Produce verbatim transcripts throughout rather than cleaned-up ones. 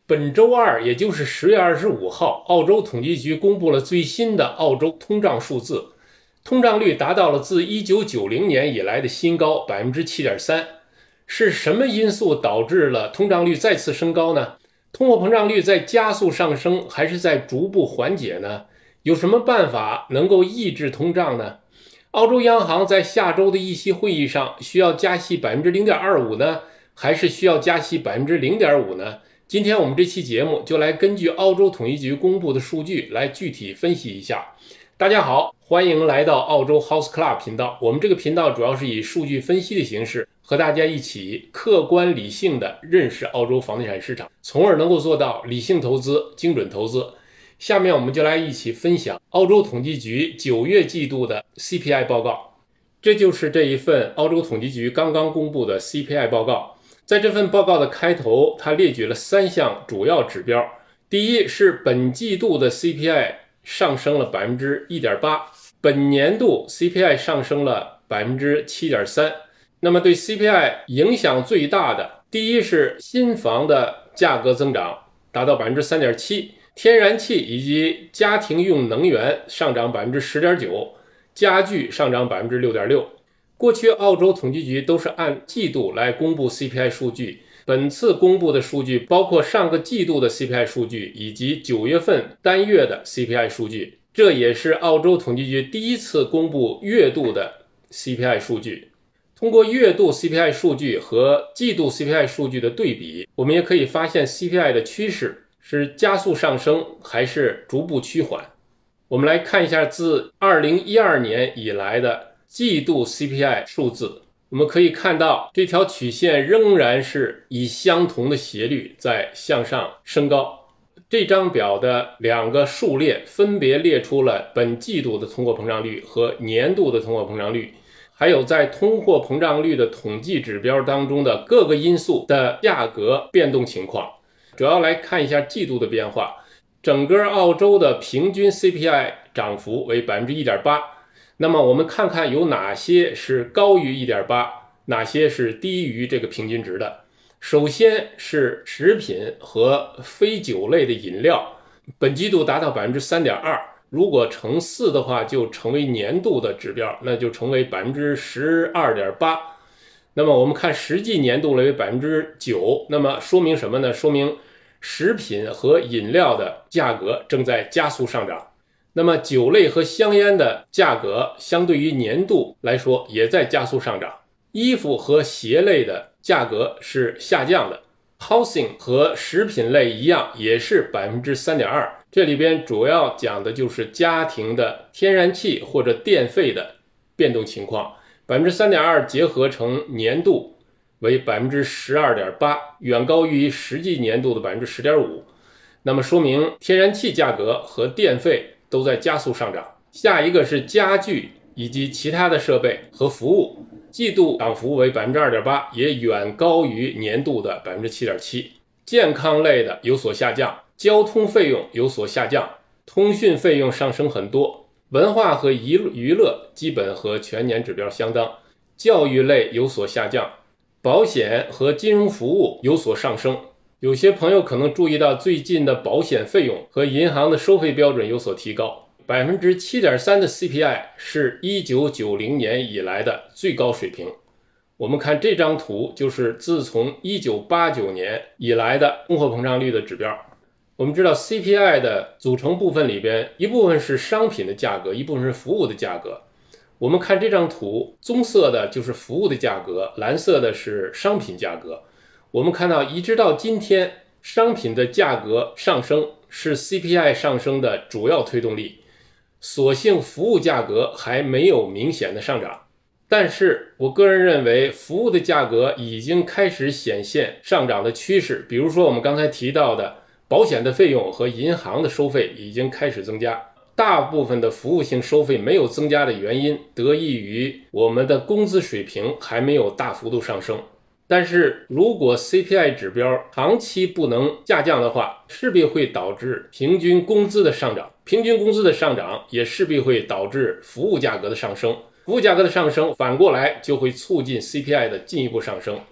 本周二，也就是十月二十五号，澳洲统计局公布了最新的澳洲通胀数字，通胀率达到了自一九九零年以来的新高 百分之七点三。是什么因素导致了通胀率再次升高呢？通货膨胀率在加速上升，还是在逐步缓解呢？有什么办法能够抑制通胀呢？澳洲央行在下周的议息会议上需要加息 百分之零点二五 呢，还是需要加息 百分之零点五 呢？今天我们这期节目就来根据澳洲统计局公布的数据来具体分析一下。大家好，欢迎来到澳洲 House Club 频道。我们这个频道主要是以数据分析的形式，和大家一起客观理性的认识澳洲房地产市场，从而能够做到理性投资、精准投资。下面我们就来一起分享澳洲统计局九月季度的 C P I 报告。这就是这一份澳洲统计局刚刚公布的 C P I 报告。在这份报告的开头，它列举了三项主要指标。第一是本季度的 C P I 上升了 百分之一点八， 本年度 C P I 上升了 百分之七点三。 那么对 C P I 影响最大的，第一是新房的价格增长达到 百分之三点七， 天然气以及家庭用能源上涨 百分之十点九， 家具上涨 百分之六点六。过去澳洲统计局都是按季度来公布 C P I 数据，本次公布的数据包括上个季度的 C P I 数据以及九月份单月的 C P I 数据，这也是澳洲统计局第一次公布月度的 C P I 数据。通过月度 C P I 数据和季度 C P I 数据的对比，我们也可以发现 C P I 的趋势是加速上升还是逐步趋缓。我们来看一下自二零一二年以来的季度 C P I 数字，我们可以看到这条曲线仍然是以相同的斜率在向上升高。这张表的两个数列分别列出了本季度的通货膨胀率和年度的通货膨胀率，还有在通货膨胀率的统计指标当中的各个因素的价格变动情况。主要来看一下季度的变化，整个澳洲的平均 C P I 涨幅为 百分之一点八。那么我们看看有哪些是高于 一点八， 哪些是低于这个平均值的。首先是食品和非酒类的饮料，本季度达到 百分之三点二， 如果乘四的话就成为年度的指标，那就成为 百分之十二点八。 那么我们看实际年度为 百分之九， 那么说明什么呢？说明食品和饮料的价格正在加速上涨。那么酒类和香烟的价格相对于年度来说也在加速上涨。衣服和鞋类的价格是下降的。 Housing 和食品类一样也是 百分之三点二， 这里边主要讲的就是家庭的天然气或者电费的变动情况。 百分之三点二 结合成年度为 百分之十二点八， 远高于实际年度的 百分之十点五。 那么说明天然气价格和电费都在加速上涨。下一个是家具以及其他的设备和服务，季度涨幅为 百分之二点八， 也远高于年度的 百分之七点七。 健康类的有所下降，交通费用有所下降，通讯费用上升很多，文化和娱乐基本和全年指标相当，教育类有所下降，保险和金融服务有所上升。有些朋友可能注意到最近的保险费用和银行的收费标准有所提高。 百分之七点三 的 C P I 是一九九零年以来的最高水平。我们看这张图，就是自从一九八九年以来的通货膨胀率的指标。我们知道 C P I 的组成部分里边，一部分是商品的价格，一部分是服务的价格。我们看这张图，棕色的就是服务的价格，蓝色的是商品价格。我们看到一直到今天，商品的价格上升是 C P I 上升的主要推动力，所幸服务价格还没有明显的上涨。但是我个人认为服务的价格已经开始显现上涨的趋势，比如说我们刚才提到的保险的费用和银行的收费已经开始增加。大部分的服务性收费没有增加的原因，得益于我们的工资水平还没有大幅度上升。但是如果 C P I 指标长期不能下降的话，势必会导致平均工资的上涨，平均工资的上涨也势必会导致服务价格的上升，服务价格的上升反过来就会促进 C P I 的进一步上升。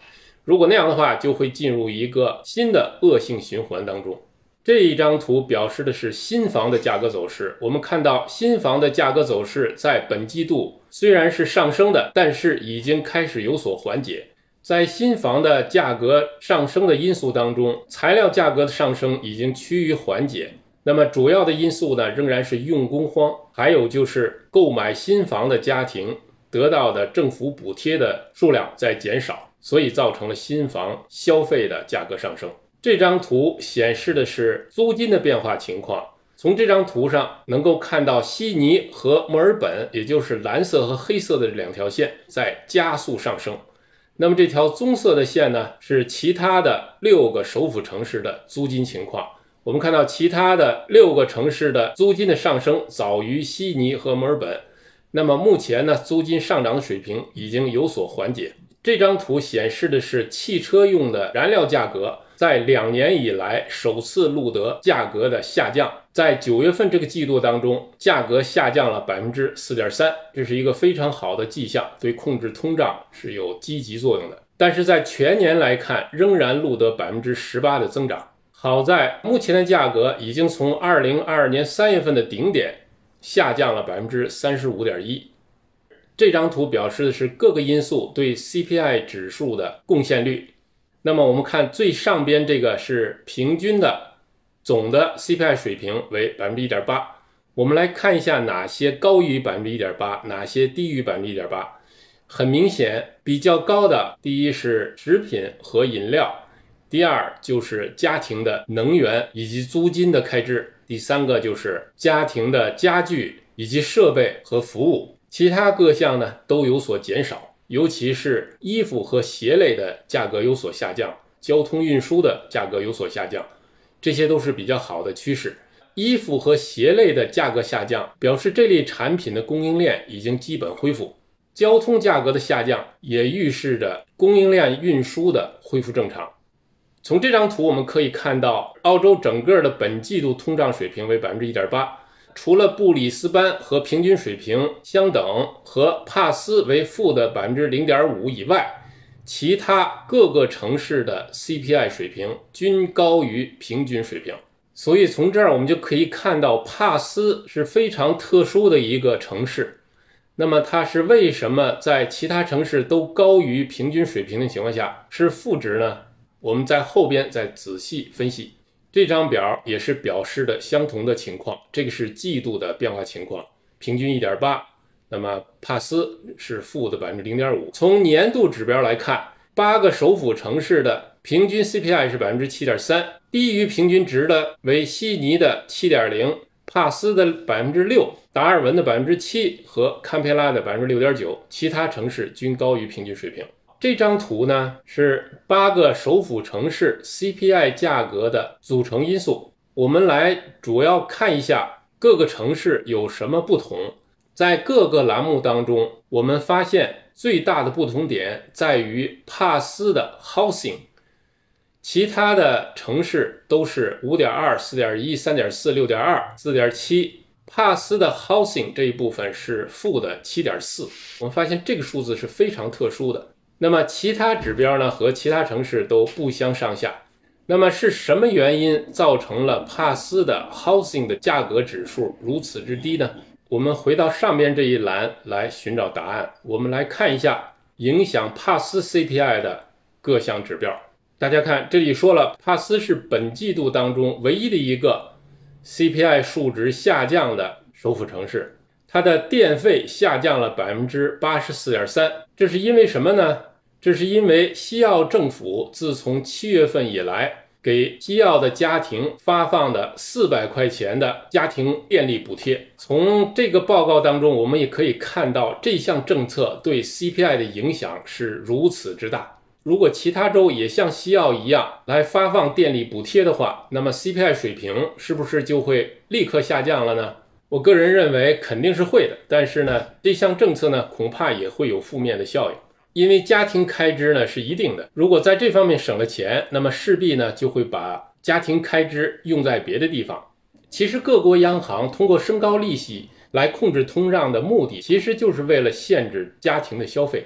如果那样的话，就会进入一个新的恶性循环当中。这一张图表示的是新房的价格走势。我们看到新房的价格走势在本季度虽然是上升的，但是已经开始有所缓解。在新房的价格上升的因素当中，材料价格的上升已经趋于缓解。那么主要的因素呢，仍然是用工荒，还有就是购买新房的家庭得到的政府补贴的数量在减少，所以造成了新房消费的价格上升。这张图显示的是租金的变化情况。从这张图上能够看到悉尼和墨尔本，也就是蓝色和黑色的两条线在加速上升。那么这条棕色的线呢，是其他的六个首府城市的租金情况。我们看到其他的六个城市的租金的上升早于悉尼和墨尔本。那么目前呢，租金上涨的水平已经有所缓解。这张图显示的是汽车用的燃料价格在两年以来首次录得价格的下降。在九月份这个季度当中，价格下降了 百分之四点三， 这是一个非常好的迹象，对控制通胀是有积极作用的。但是在全年来看，仍然录得 百分之十八 的增长。好在目前的价格已经从二零二二年三月份的顶点下降了 百分之三十五点一。这张图表示的是各个因素对 C P I 指数的贡献率。那么我们看最上边这个是平均的总的 C P I 水平为 百分之一点八。 我们来看一下哪些高于 百分之一点八， 哪些低于 百分之一点八。 很明显比较高的，第一是食品和饮料，第二就是家庭的能源以及租金的开支，第三个就是家庭的家具以及设备和服务。其他各项呢都有所减少，尤其是衣服和鞋类的价格有所下降，交通运输的价格有所下降，这些都是比较好的趋势。衣服和鞋类的价格下降，表示这类产品的供应链已经基本恢复。交通价格的下降也预示着供应链运输的恢复正常。从这张图我们可以看到，澳洲整个的本季度通胀水平为 百分之一点八。除了布里斯班和平均水平相等，和帕斯为负的 百分之零点五 以外，其他各个城市的 C P I 水平均高于平均水平。所以从这儿我们就可以看到，帕斯是非常特殊的一个城市。那么它是为什么在其他城市都高于平均水平的情况下是负值呢？我们在后边再仔细分析。这张表也是表示的相同的情况，这个是季度的变化情况，平均 一点八， 那么帕斯是负的 百分之零点五。 从年度指标来看，八个首府城市的平均 C P I 是 百分之七点三， 低于平均值的为悉尼的 七点零， 帕斯的 百分之六， 达尔文的 百分之七 和堪培拉的 百分之六点九， 其他城市均高于平均水平。这张图呢是八个首府城市 C P I 价格的组成因素，我们来主要看一下各个城市有什么不同。在各个栏目当中，我们发现最大的不同点在于帕斯的 housing， 其他的城市都是 五点二、四点一、三点四、六点二、四点七， 帕斯的 housing 这一部分是负的 七点四。 我们发现这个数字是非常特殊的。那么其他指标呢和其他城市都不相上下。那么是什么原因造成了帕斯的 housing 的价格指数如此之低呢？我们回到上边这一栏来寻找答案。我们来看一下影响帕斯 C P I 的各项指标。大家看这里说了，帕斯是本季度当中唯一的一个 C P I 数值下降的首府城市。它的电费下降了 百分之八十四点三， 这是因为什么呢？这是因为西澳政府自从七月份以来给西澳的家庭发放的四百块钱的家庭电力补贴。从这个报告当中我们也可以看到，这项政策对 C P I 的影响是如此之大。如果其他州也像西澳一样来发放电力补贴的话，那么 C P I 水平是不是就会立刻下降了呢？我个人认为肯定是会的，但是呢，这项政策呢恐怕也会有负面的效应。因为家庭开支呢是一定的，如果在这方面省了钱，那么势必呢就会把家庭开支用在别的地方。其实各国央行通过升高利息来控制通胀的目的，其实就是为了限制家庭的消费。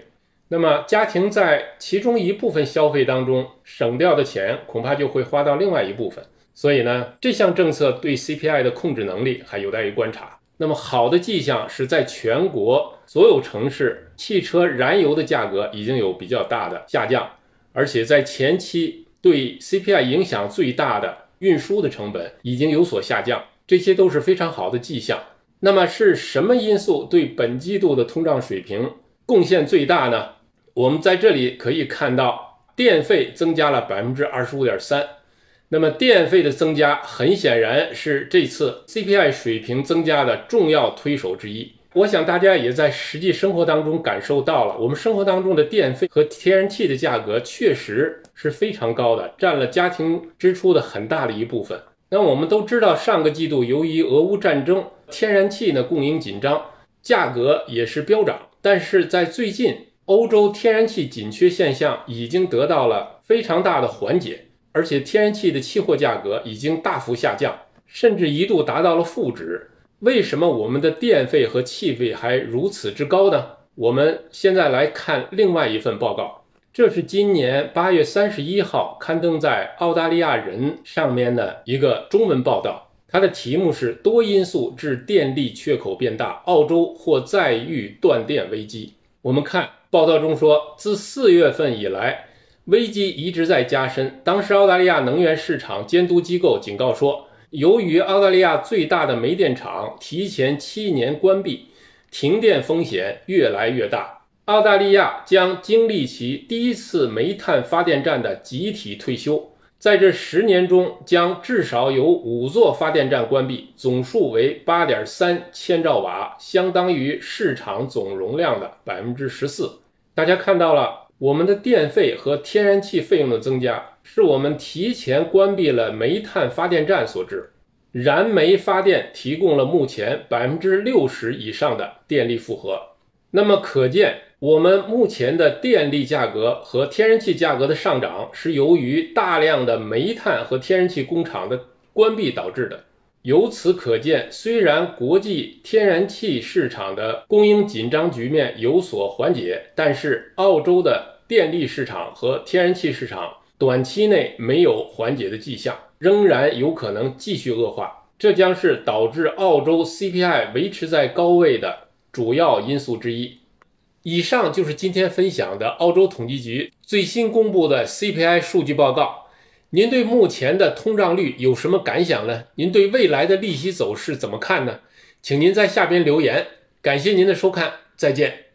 那么家庭在其中一部分消费当中省掉的钱，恐怕就会花到另外一部分。所以呢，这项政策对 C P I 的控制能力还有待于观察。那么好的迹象是在全国所有城市，汽车燃油的价格已经有比较大的下降，而且在前期对 C P I 影响最大的运输的成本已经有所下降，这些都是非常好的迹象。那么是什么因素对本季度的通胀水平贡献最大呢？我们在这里可以看到，电费增加了 百分之二十五点三。那么电费的增加很显然是这次 C P I 水平增加的重要推手之一。我想大家也在实际生活当中感受到了，我们生活当中的电费和天然气的价格确实是非常高的，占了家庭支出的很大的一部分。那我们都知道，上个季度由于俄乌战争，天然气呢供应紧张，价格也是飙涨。但是在最近，欧洲天然气紧缺现象已经得到了非常大的缓解，而且天然气的期货价格已经大幅下降，甚至一度达到了负值。为什么我们的电费和气费还如此之高呢？我们现在来看另外一份报告，这是今年八月三十一号刊登在澳大利亚人上面的一个中文报道，它的题目是多因素致电力缺口变大，澳洲或再遇断电危机。我们看报道中说，自四月份以来，危机一直在加深。当时澳大利亚能源市场监督机构警告说，由于澳大利亚最大的煤电厂提前七年关闭，停电风险越来越大。澳大利亚将经历其第一次煤炭发电站的集体退休，在这十年中将至少有五座发电站关闭，总数为 八点三千兆瓦，相当于市场总容量的 百分之十四。 大家看到了，我们的电费和天然气费用的增加是我们提前关闭了煤炭发电站所致。燃煤发电提供了目前 百分之六十 以上的电力负荷。那么可见，我们目前的电力价格和天然气价格的上涨是由于大量的煤炭和天然气工厂的关闭导致的。由此可见，虽然国际天然气市场的供应紧张局面有所缓解，但是澳洲的电力市场和天然气市场短期内没有缓解的迹象，仍然有可能继续恶化，这将是导致澳洲 C P I 维持在高位的主要因素之一。以上就是今天分享的澳洲统计局最新公布的 C P I 数据报告。您对目前的通胀率有什么感想呢？您对未来的利息走势怎么看呢？请您在下边留言。感谢您的收看，再见。